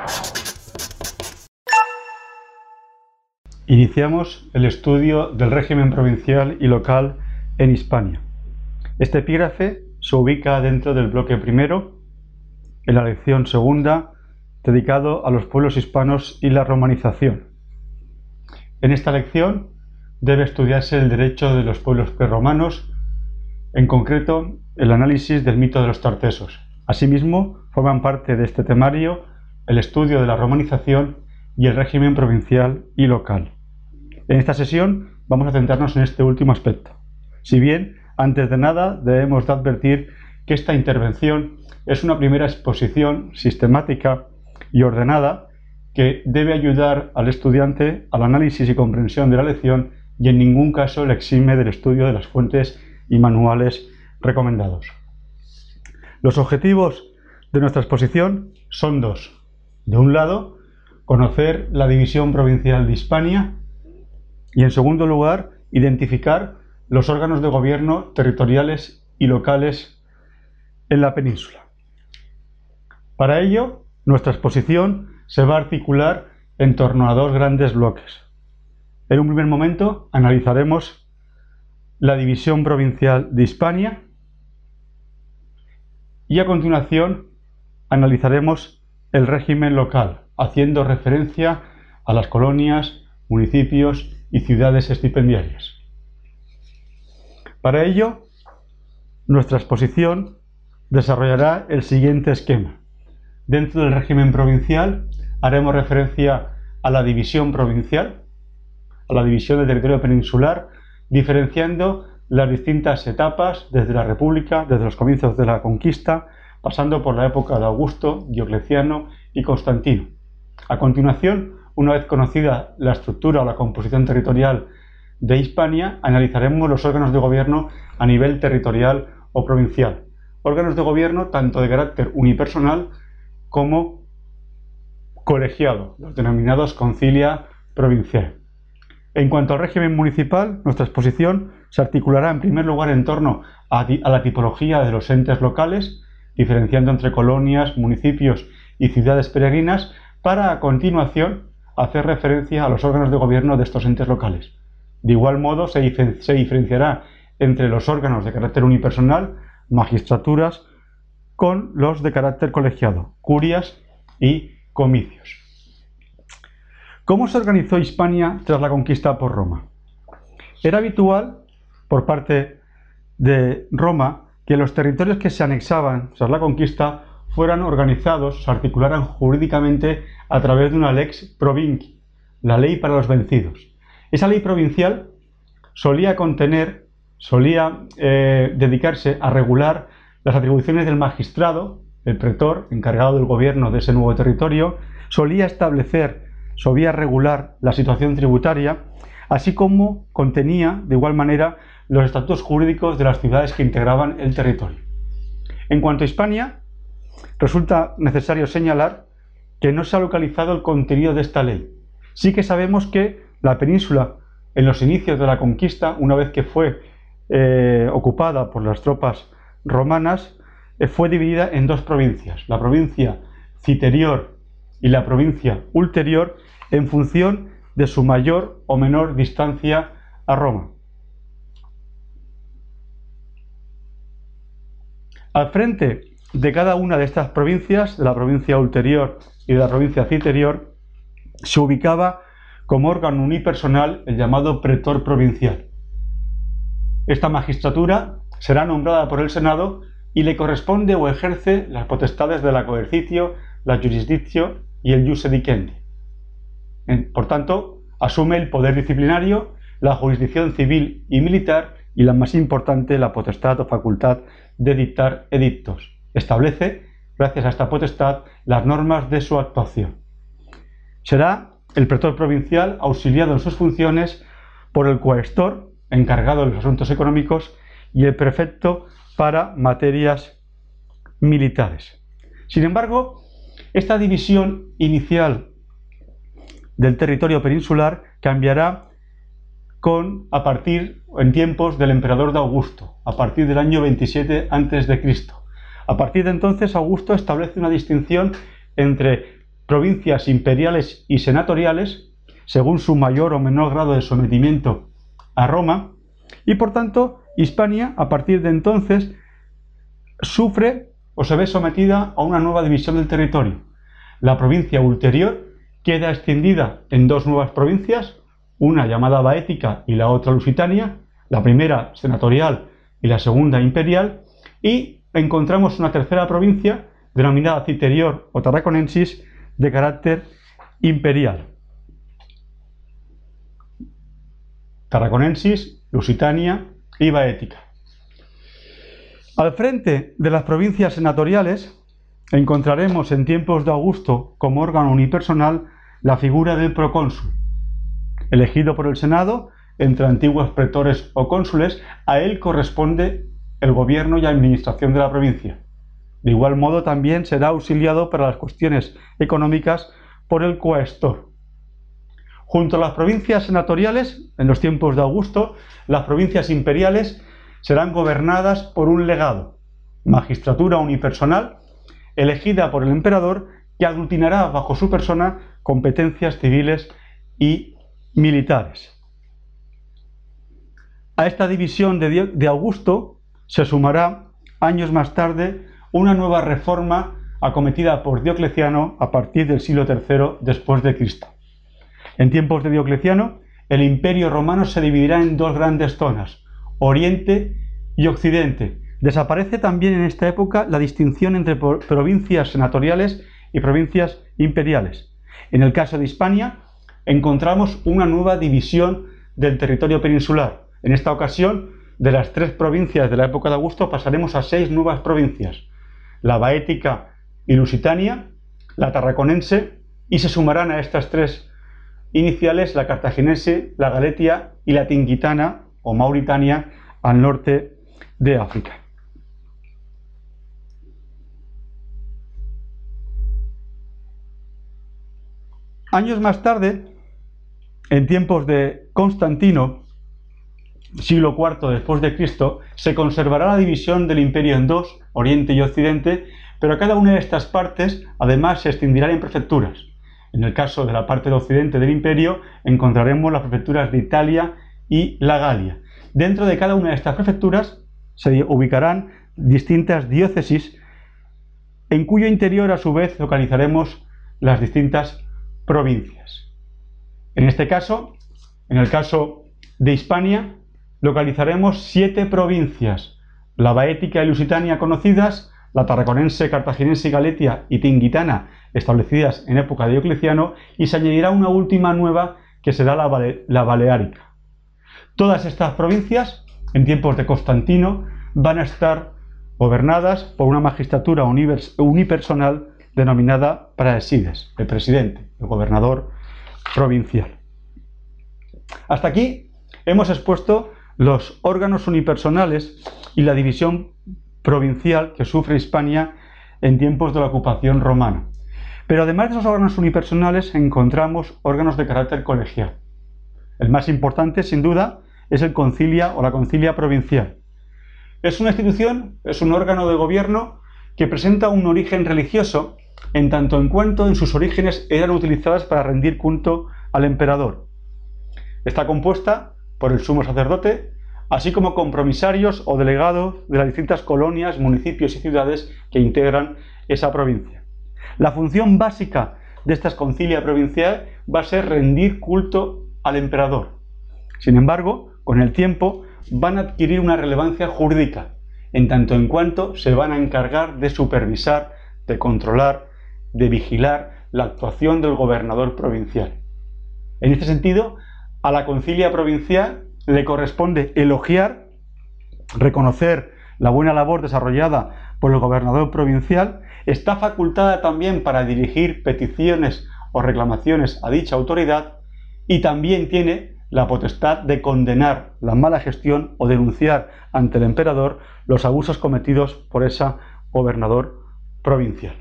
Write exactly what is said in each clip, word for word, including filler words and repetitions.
Iniciamos el estudio del régimen provincial y local en Hispania. Este epígrafe se ubica dentro del bloque primero, en la lección segunda, dedicado a los pueblos hispanos y la romanización. En esta lección debe estudiarse el derecho de los pueblos prerromanos, en concreto el análisis del mito de los tartesos. Asimismo, forman parte de este temario el estudio de la romanización y el régimen provincial y local. En esta sesión vamos a centrarnos en este último aspecto. Si bien, antes de nada, debemos de advertir que esta intervención es una primera exposición sistemática y ordenada que debe ayudar al estudiante al análisis y comprensión de la lección y en ningún caso le exime del estudio de las fuentes y manuales recomendados. Los objetivos de nuestra exposición son dos. De un lado, conocer la división provincial de Hispania y, en segundo lugar, identificar los órganos de gobierno territoriales y locales en la península. Para ello, nuestra exposición se va a articular en torno a dos grandes bloques. En un primer momento analizaremos la división provincial de Hispania y a continuación analizaremos el régimen local, haciendo referencia a las colonias, municipios y ciudades estipendiarias. Para ello, nuestra exposición desarrollará el siguiente esquema. Dentro del régimen provincial haremos referencia a la división provincial, a la división del territorio peninsular, diferenciando las distintas etapas desde la República, desde los comienzos de la conquista, pasando por la época de Augusto, Diocleciano y Constantino. A continuación, una vez conocida la estructura o la composición territorial de Hispania, analizaremos los órganos de gobierno a nivel territorial o provincial. Órganos de gobierno tanto de carácter unipersonal como colegiado, los denominados concilia provincial. En cuanto al régimen municipal, nuestra exposición se articulará en primer lugar en torno a, a la tipología de los entes locales, diferenciando entre colonias, municipios y ciudades peregrinas, para a continuación hacer referencia a los órganos de gobierno de estos entes locales. De igual modo, se, dif se diferenciará entre los órganos de carácter unipersonal, magistraturas, con los de carácter colegiado, curias y comicios. ¿Cómo se organizó Hispania tras la conquista por Roma? Era habitual, por parte de Roma, que los territorios que se anexaban tras la conquista fueran organizados, se articularan jurídicamente a través de una lex provinci, la ley para los vencidos. Esa ley provincial solía contener, solía eh, dedicarse a regular las atribuciones del magistrado, el pretor, encargado del gobierno de ese nuevo territorio, solía establecer, solía regular la situación tributaria, así como contenía, de igual manera, los estatutos jurídicos de las ciudades que integraban el territorio. En cuanto a Hispania, resulta necesario señalar que no se ha localizado el contenido de esta ley. Sí que sabemos que la península, en los inicios de la conquista, una vez que fue eh, ocupada por las tropas romanas, eh, fue dividida en dos provincias, la provincia citerior y la provincia ulterior, en función de su mayor o menor distancia a Roma. Al frente de cada una de estas provincias, de la provincia ulterior y de la provincia citerior, se ubicaba como órgano unipersonal el llamado pretor provincial. Esta magistratura será nombrada por el Senado y le corresponde o ejerce las potestades de la coercitio, la jurisdictio y el ius edicendi. Por tanto, asume el poder disciplinario, la jurisdicción civil y militar y, la más importante, la potestad o facultad de dictar edictos. Establece, gracias a esta potestad, las normas de su actuación. Será el pretor provincial auxiliado en sus funciones por el coestor, encargado de los asuntos económicos, y el prefecto para materias militares. Sin embargo, esta división inicial del territorio peninsular cambiará con, a partir, en tiempos del emperador de Augusto, a partir del año veintisiete antes de Cristo. A partir de entonces, Augusto establece una distinción entre provincias imperiales y senatoriales, según su mayor o menor grado de sometimiento a Roma, y por tanto Hispania a partir de entonces sufre o se ve sometida a una nueva división del territorio. La provincia ulterior queda extendida en dos nuevas provincias, una llamada Baética y la otra Lusitania, la primera senatorial y la segunda imperial, y encontramos una tercera provincia denominada Citerior o Tarraconensis de carácter imperial. Tarraconensis, Lusitania y Baética. Al frente de las provincias senatoriales encontraremos en tiempos de Augusto como órgano unipersonal la figura del procónsul. Elegido por el Senado entre antiguos pretores o cónsules, a él corresponde el gobierno y administración de la provincia. De igual modo también será auxiliado para las cuestiones económicas por el coestor. Junto a las provincias senatoriales, en los tiempos de Augusto, las provincias imperiales serán gobernadas por un legado, magistratura unipersonal, elegida por el emperador, que aglutinará bajo su persona competencias civiles y militares. A esta división de, de Augusto se sumará años más tarde una nueva reforma acometida por Diocleciano a partir del siglo tercero después de Cristo. En tiempos de Diocleciano, el Imperio Romano se dividirá en dos grandes zonas, Oriente y Occidente. Desaparece también en esta época la distinción entre provincias senatoriales y provincias imperiales. En el caso de Hispania, encontramos una nueva división del territorio peninsular. En esta ocasión, de las tres provincias de la época de Augusto pasaremos a seis nuevas provincias: la Baética y Lusitania, la Tarraconense, y se sumarán a estas tres iniciales la Cartaginense, la Galetia y la Tingitana o Mauritania al norte de África. Años más tarde, en tiempos de Constantino, siglo cuarto después de Cristo, se conservará la división del imperio en dos, Oriente y Occidente, pero cada una de estas partes además se extenderá en prefecturas. En el caso de la parte de Occidente del imperio encontraremos las prefecturas de Italia y la Galia. Dentro de cada una de estas prefecturas se ubicarán distintas diócesis, en cuyo interior a su vez localizaremos las distintas provincias. En este caso, en el caso de Hispania, localizaremos siete provincias: la Baética y Lusitania conocidas, la Tarraconense, Cartaginense, Galetia y Tingitana, establecidas en época de Diocleciano, y se añadirá una última nueva que será la, Bale la Baleárica. Todas estas provincias, en tiempos de Constantino, van a estar gobernadas por una magistratura unipersonal denominada praesides, el presidente, el gobernador provincial. Hasta aquí hemos expuesto los órganos unipersonales y la división provincial que sufre Hispania en tiempos de la ocupación romana. Pero además de esos órganos unipersonales encontramos órganos de carácter colegial. El más importante, sin duda, es el concilia o la concilia provincial. Es una institución, es un órgano de gobierno que presenta un origen religioso, en tanto en cuanto en sus orígenes eran utilizadas para rendir culto al emperador. Está compuesta por el sumo sacerdote, así como compromisarios o delegados de las distintas colonias, municipios y ciudades que integran esa provincia. La función básica de esta concilia provincial va a ser rendir culto al emperador. Sin embargo, con el tiempo van a adquirir una relevancia jurídica, en tanto en cuanto se van a encargar de supervisar, de controlar, de vigilar la actuación del gobernador provincial. En este sentido, a la concilia provincial le corresponde elogiar, reconocer la buena labor desarrollada por el gobernador provincial, está facultada también para dirigir peticiones o reclamaciones a dicha autoridad y también tiene la potestad de condenar la mala gestión o denunciar ante el emperador los abusos cometidos por ese gobernador provincial.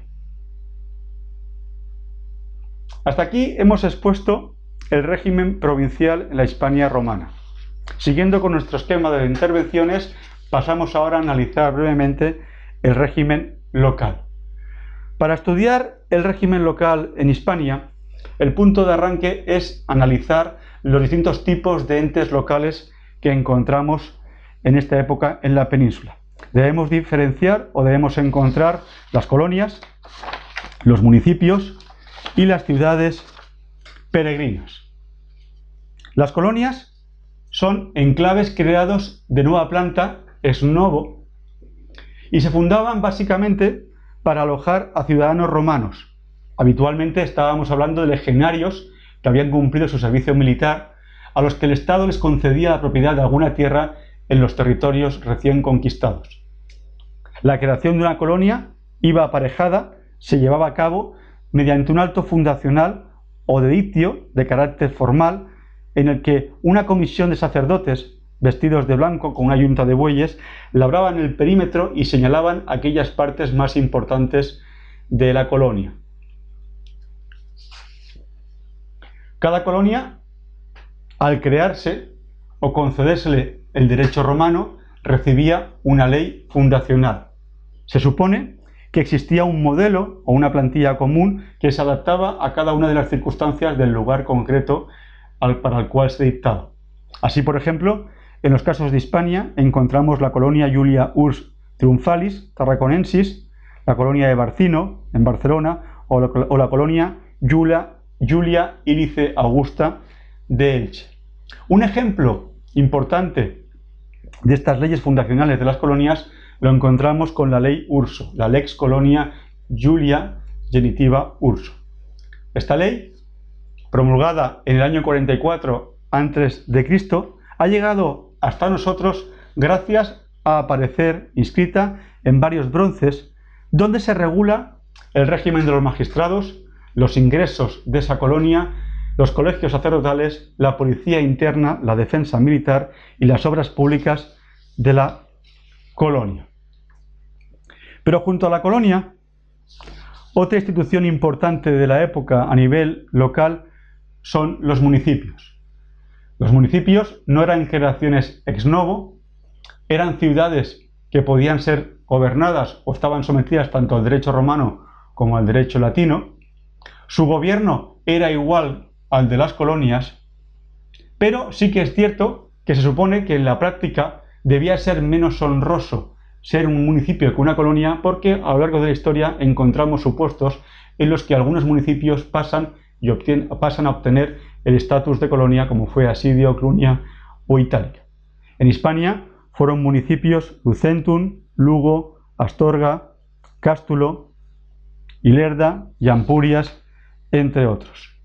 Hasta aquí hemos expuesto el régimen provincial en la Hispania romana. Siguiendo con nuestro esquema de intervenciones, pasamos ahora a analizar brevemente el régimen local. Para estudiar el régimen local en Hispania, el punto de arranque es analizar los distintos tipos de entes locales que encontramos en esta época en la península. Debemos diferenciar o debemos encontrar las colonias, los municipios y las ciudades peregrinas. Las colonias son enclaves creados de nueva planta, ex novo, y se fundaban básicamente para alojar a ciudadanos romanos. Habitualmente estábamos hablando de legionarios que habían cumplido su servicio militar, a los que el Estado les concedía la propiedad de alguna tierra en los territorios recién conquistados. La creación de una colonia iba aparejada, se llevaba a cabo mediante un acto fundacional o dedictio de carácter formal, en el que una comisión de sacerdotes vestidos de blanco con una yunta de bueyes labraban el perímetro y señalaban aquellas partes más importantes de la colonia. Cada colonia, al crearse o concedérsele el derecho romano, recibía una ley fundacional. Se supone que existía un modelo o una plantilla común que se adaptaba a cada una de las circunstancias del lugar concreto al, para el cual se dictaba. Así, por ejemplo, en los casos de Hispania encontramos la colonia Julia Urs Triumphalis Tarraconensis, la colonia de Barcino en Barcelona o la, o la colonia Julia, Julia Ilice Augusta de Elche. Un ejemplo importante de estas leyes fundacionales de las colonias lo encontramos con la ley Urso, la Lex Colonia Julia Genitiva Urso. Esta ley, promulgada en el año cuarenta y cuatro antes de Cristo, ha llegado hasta nosotros gracias a aparecer inscrita en varios bronces, donde se regula el régimen de los magistrados, los ingresos de esa colonia, los colegios sacerdotales, la policía interna, la defensa militar y las obras públicas de la colonia. Pero junto a la colonia, otra institución importante de la época a nivel local son los municipios. Los municipios no eran creaciones ex novo, eran ciudades que podían ser gobernadas o estaban sometidas tanto al derecho romano como al derecho latino. Su gobierno era igual al de las colonias, pero sí que es cierto que se supone que en la práctica debía ser menos honroso ser un municipio que una colonia, porque a lo largo de la historia encontramos supuestos en los que algunos municipios pasan, y obtienen, pasan a obtener el estatus de colonia, como fue Asidio, Clunia o Itálica. En Hispania fueron municipios Lucentum, Lugo, Astorga, Cástulo, Ilerda y Ampurias, entre otros.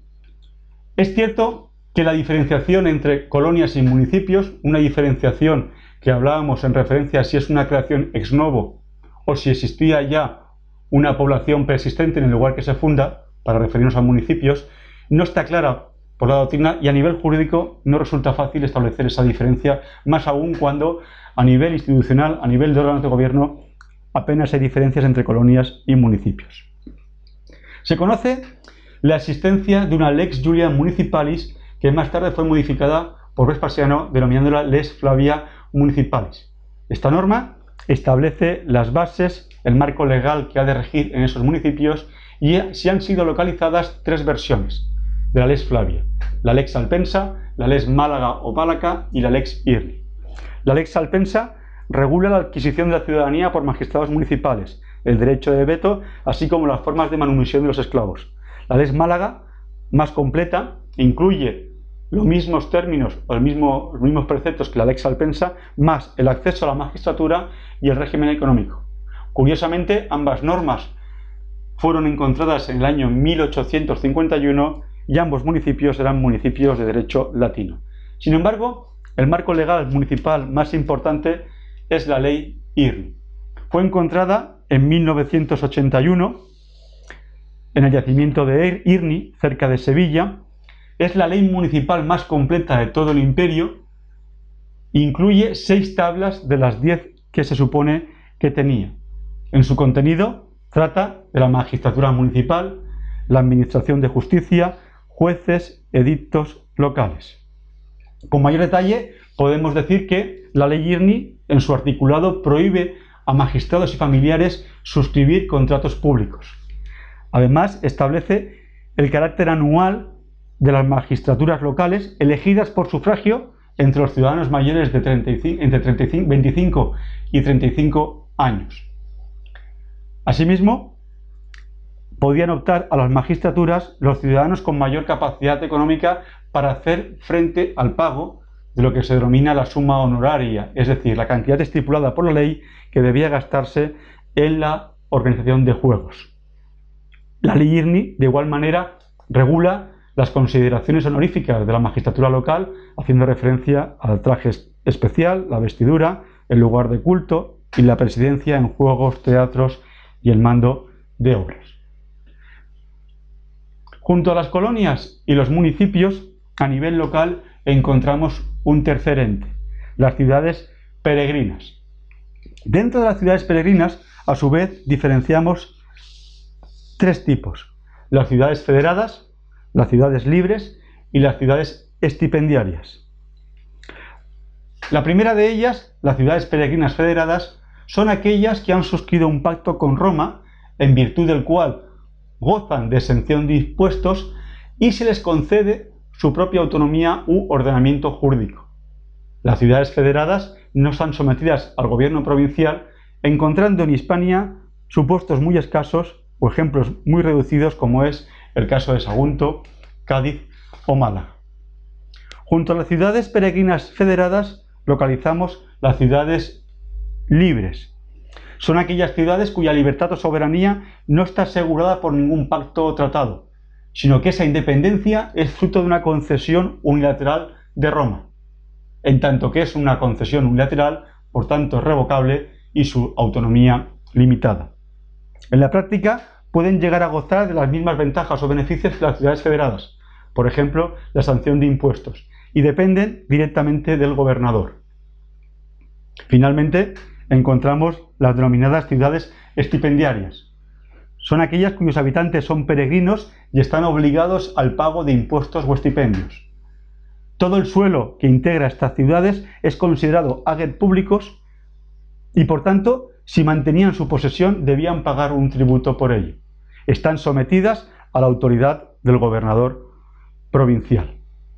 Es cierto que la diferenciación entre colonias y municipios, una diferenciación que hablábamos en referencia a si es una creación ex novo o si existía ya una población persistente en el lugar que se funda, para referirnos a municipios, no está clara por la doctrina y a nivel jurídico no resulta fácil establecer esa diferencia, más aún cuando a nivel institucional, a nivel de órganos de gobierno, apenas hay diferencias entre colonias y municipios. Se conoce la existencia de una Lex Julia Municipalis que más tarde fue modificada por Vespasiano denominándola Lex Flavia Municipalis. Esta norma establece las bases, el marco legal que ha de regir en esos municipios y se han sido localizadas tres versiones de la Lex Flavia: la Lex Alpensa, la Lex Málaga o Pálaca y la Lex Irni. La Lex Alpensa regula la adquisición de la ciudadanía por magistrados municipales, el derecho de veto, así como las formas de manumisión de los esclavos. La Lex Málaga, más completa, incluye los mismos términos o el mismo, los mismos preceptos que la Lex Alpensa, más el acceso a la magistratura y el régimen económico. Curiosamente, ambas normas fueron encontradas en el año mil ochocientos cincuenta y uno y ambos municipios eran municipios de derecho latino. Sin embargo, el marco legal municipal más importante es la ley Irni. Fue encontrada en mil novecientos ochenta y uno en el yacimiento de Irni, cerca de Sevilla. Es la ley municipal más completa de todo el imperio. Incluye seis tablas de las diez que se supone que tenía. En su contenido trata de la magistratura municipal, la administración de justicia, jueces, edictos locales. Con mayor detalle podemos decir que la ley Irni en su articulado prohíbe a magistrados y familiares suscribir contratos públicos. Además, establece el carácter anual de las magistraturas locales elegidas por sufragio entre los ciudadanos mayores de treinta y cinco, entre treinta y cinco, veinticinco y treinta y cinco años. Asimismo, podían optar a las magistraturas los ciudadanos con mayor capacidad económica para hacer frente al pago de lo que se denomina la suma honoraria, es decir, la cantidad estipulada por la ley que debía gastarse en la organización de juegos. La ley IRNI, de igual manera, regula las consideraciones honoríficas de la magistratura local, haciendo referencia al traje especial, la vestidura, el lugar de culto y la presidencia en juegos, teatros y el mando de obras. Junto a las colonias y los municipios, a nivel local encontramos un tercer ente, las ciudades peregrinas. Dentro de las ciudades peregrinas, a su vez, diferenciamos tres tipos: las ciudades federadas, las ciudades libres y las ciudades estipendiarias. La primera de ellas, las ciudades peregrinas federadas, son aquellas que han suscrito un pacto con Roma, en virtud del cual gozan de exención de impuestos y se les concede su propia autonomía u ordenamiento jurídico. Las ciudades federadas no están sometidas al gobierno provincial, encontrando en Hispania supuestos muy escasos o ejemplos muy reducidos, como es el caso de Sagunto, Cádiz o Málaga. Junto a las ciudades peregrinas federadas localizamos las ciudades libres. Son aquellas ciudades cuya libertad o soberanía no está asegurada por ningún pacto o tratado, sino que esa independencia es fruto de una concesión unilateral de Roma, en tanto que es una concesión unilateral, por tanto revocable, y su autonomía limitada. En la práctica, pueden llegar a gozar de las mismas ventajas o beneficios que las ciudades federadas, por ejemplo, la sanción de impuestos, y dependen directamente del gobernador. Finalmente, encontramos las denominadas ciudades estipendiarias. Son aquellas cuyos habitantes son peregrinos y están obligados al pago de impuestos o estipendios. Todo el suelo que integra estas ciudades es considerado ager públicos y, por tanto, si mantenían su posesión, debían pagar un tributo por ello. Están sometidas a la autoridad del gobernador provincial.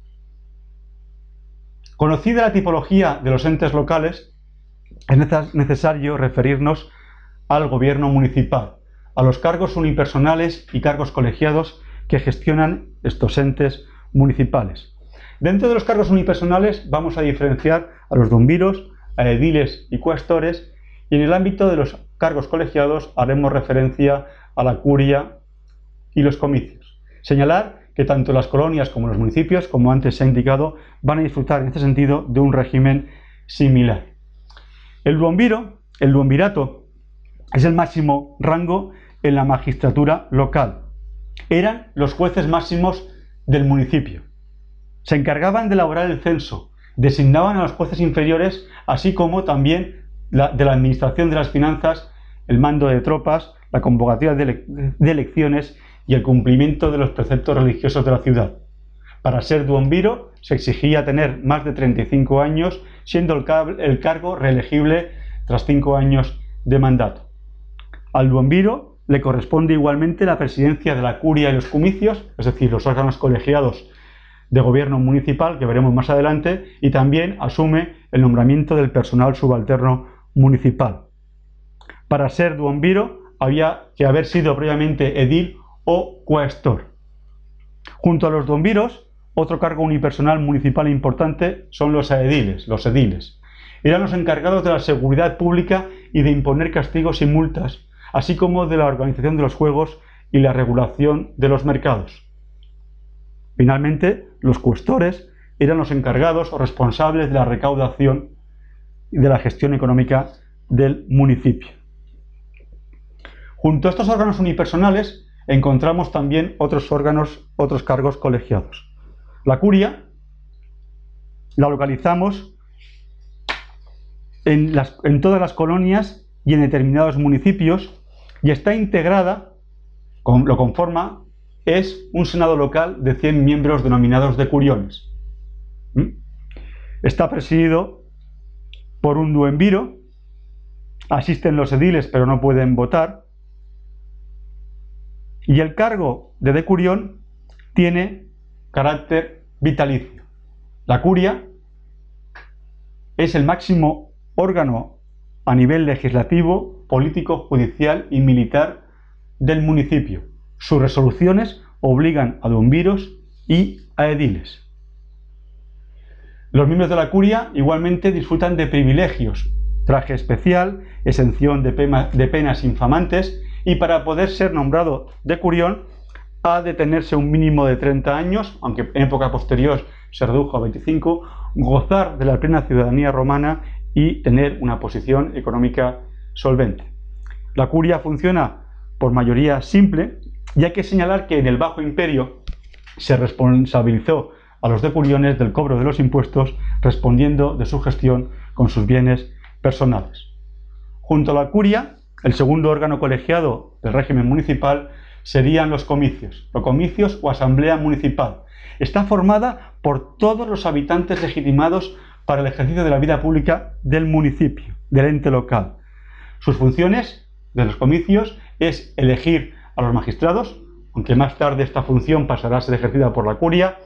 Conocida la tipología de los entes locales, es necesario referirnos al gobierno municipal, a los cargos unipersonales y cargos colegiados que gestionan estos entes municipales. Dentro de los cargos unipersonales vamos a diferenciar a los dumbiros, a ediles y cuestores, y en el ámbito de los cargos colegiados haremos referencia a la curia y los comicios. Señalar que tanto las colonias como los municipios, como antes se ha indicado, van a disfrutar en este sentido de un régimen similar. El duombiro, el duombirato, es el máximo rango en la magistratura local. Eran los jueces máximos del municipio. Se encargaban de elaborar el censo, designaban a los jueces inferiores, así como también la, de la administración de las finanzas, el mando de tropas, la convocatoria de, ele de elecciones y el cumplimiento de los preceptos religiosos de la ciudad. Para ser duombiro se exigía tener más de treinta y cinco años, siendo el, el cargo reelegible tras cinco años de mandato. Al duombiro le corresponde igualmente la presidencia de la curia y los comicios, es decir, los órganos colegiados de gobierno municipal, que veremos más adelante, y también asume el nombramiento del personal subalterno municipal. Para ser duombiro había que haber sido previamente edil o cuestor. Junto a los duombiros, otro cargo unipersonal municipal importante son los ediles, los ediles. Eran los encargados de la seguridad pública y de imponer castigos y multas, así como de la organización de los juegos y la regulación de los mercados. Finalmente, los cuestores eran los encargados o responsables de la recaudación y de la gestión económica del municipio. Junto a estos órganos unipersonales encontramos también otros órganos, otros cargos colegiados. La curia la localizamos en, las, en todas las colonias y en determinados municipios y está integrada, con, lo conforma, es un senado local de cien miembros denominados decuriones. ¿Mm? Está presidido por un duombiro asisten los ediles pero no pueden votar, y el cargo de decurión tiene carácter vitalicio. La curia es el máximo órgano a nivel legislativo, político, judicial y militar del municipio. Sus resoluciones obligan a duumviros y a ediles. Los miembros de la curia igualmente disfrutan de privilegios, traje especial, exención de, pena, de penas infamantes, y para poder ser nombrado decurión ha de tenerse un mínimo de treinta años, aunque en época posterior se redujo a veinticinco, gozar de la plena ciudadanía romana y tener una posición económica solvente. La curia funciona por mayoría simple, y hay que señalar que en el Bajo Imperio se responsabilizó a los decuriones del cobro de los impuestos, respondiendo de su gestión con sus bienes personales. Junto a la curia, el segundo órgano colegiado del régimen municipal serían los comicios, los comicios o asamblea municipal. Está formada por todos los habitantes legitimados para el ejercicio de la vida pública del municipio, del ente local. Sus funciones de los comicios es elegir a los magistrados, aunque más tarde esta función pasará a ser ejercida por la curia,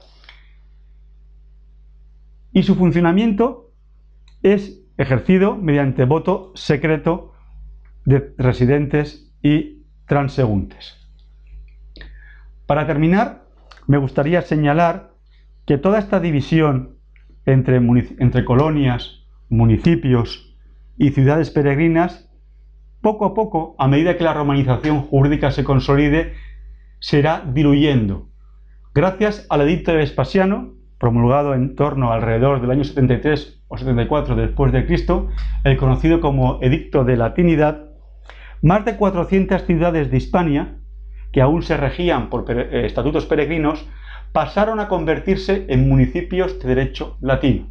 y su funcionamiento es ejercido mediante voto secreto de residentes y transeúntes. Para terminar, me gustaría señalar que toda esta división entre, entre colonias, municipios y ciudades peregrinas, poco a poco, a medida que la romanización jurídica se consolide, se irá diluyendo. Gracias al edicto de Vespasiano, promulgado en torno alrededor del año setenta y tres o setenta y cuatro después de Cristo, el conocido como Edicto de Latinidad, más de cuatrocientas ciudades de Hispania, que aún se regían por estatutos peregrinos, pasaron a convertirse en municipios de derecho latino.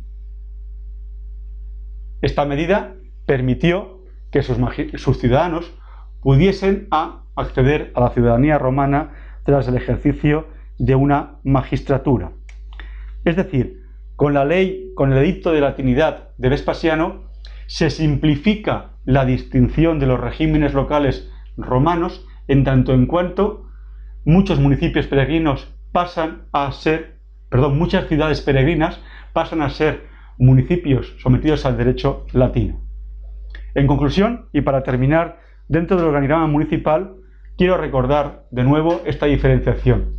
Esta medida permitió que sus, sus ciudadanos pudiesen a acceder a la ciudadanía romana tras el ejercicio de una magistratura. Es decir, con la ley, con el edicto de latinidad de Vespasiano, se simplifica la distinción de los regímenes locales romanos, en tanto en cuanto muchos municipios peregrinos pasan a ser, perdón, muchas ciudades peregrinas pasan a ser municipios sometidos al derecho latino. En conclusión, y para terminar, dentro del organigrama municipal, quiero recordar de nuevo esta diferenciación.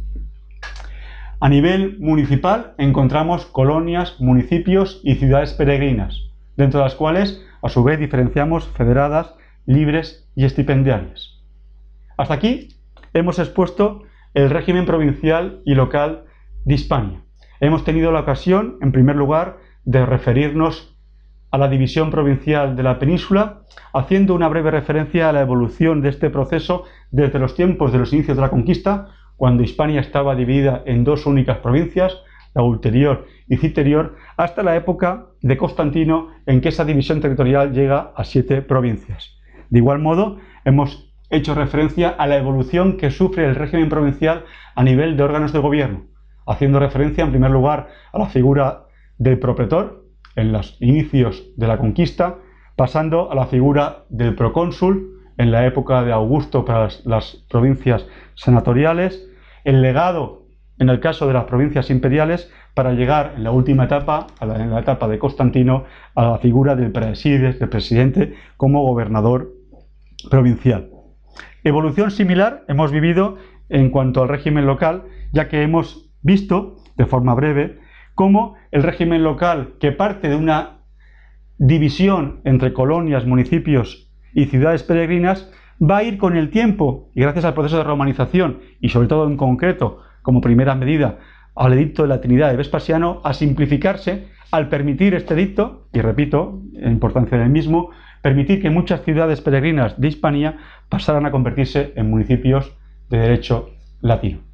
A nivel municipal encontramos colonias, municipios y ciudades peregrinas, dentro de las cuales a su vez diferenciamos federadas, libres y estipendiarias. Hasta aquí hemos expuesto el régimen provincial y local de Hispania. Hemos tenido la ocasión, en primer lugar, de referirnos a la división provincial de la península, haciendo una breve referencia a la evolución de este proceso desde los tiempos de los inicios de la conquista, cuando Hispania estaba dividida en dos únicas provincias, la ulterior y citerior, hasta la época de Constantino, en que esa división territorial llega a siete provincias. De igual modo, hemos hecho referencia a la evolución que sufre el régimen provincial a nivel de órganos de gobierno, haciendo referencia en primer lugar a la figura del propretor en los inicios de la conquista, pasando a la figura del procónsul en la época de Augusto para las, las provincias senatoriales, el legado en el caso de las provincias imperiales, para llegar en la última etapa, a la, en la etapa de Constantino, a la figura del presides, del presidente como gobernador provincial. Evolución similar hemos vivido en cuanto al régimen local, ya que hemos visto, de forma breve, cómo el régimen local, que parte de una división entre colonias, municipios y ciudades peregrinas, va a ir con el tiempo, y gracias al proceso de romanización, y sobre todo en concreto, como primera medida, al edicto de latinidad de Vespasiano, a simplificarse al permitir este edicto, y repito, la importancia del mismo, permitir que muchas ciudades peregrinas de Hispania pasaran a convertirse en municipios de derecho latino.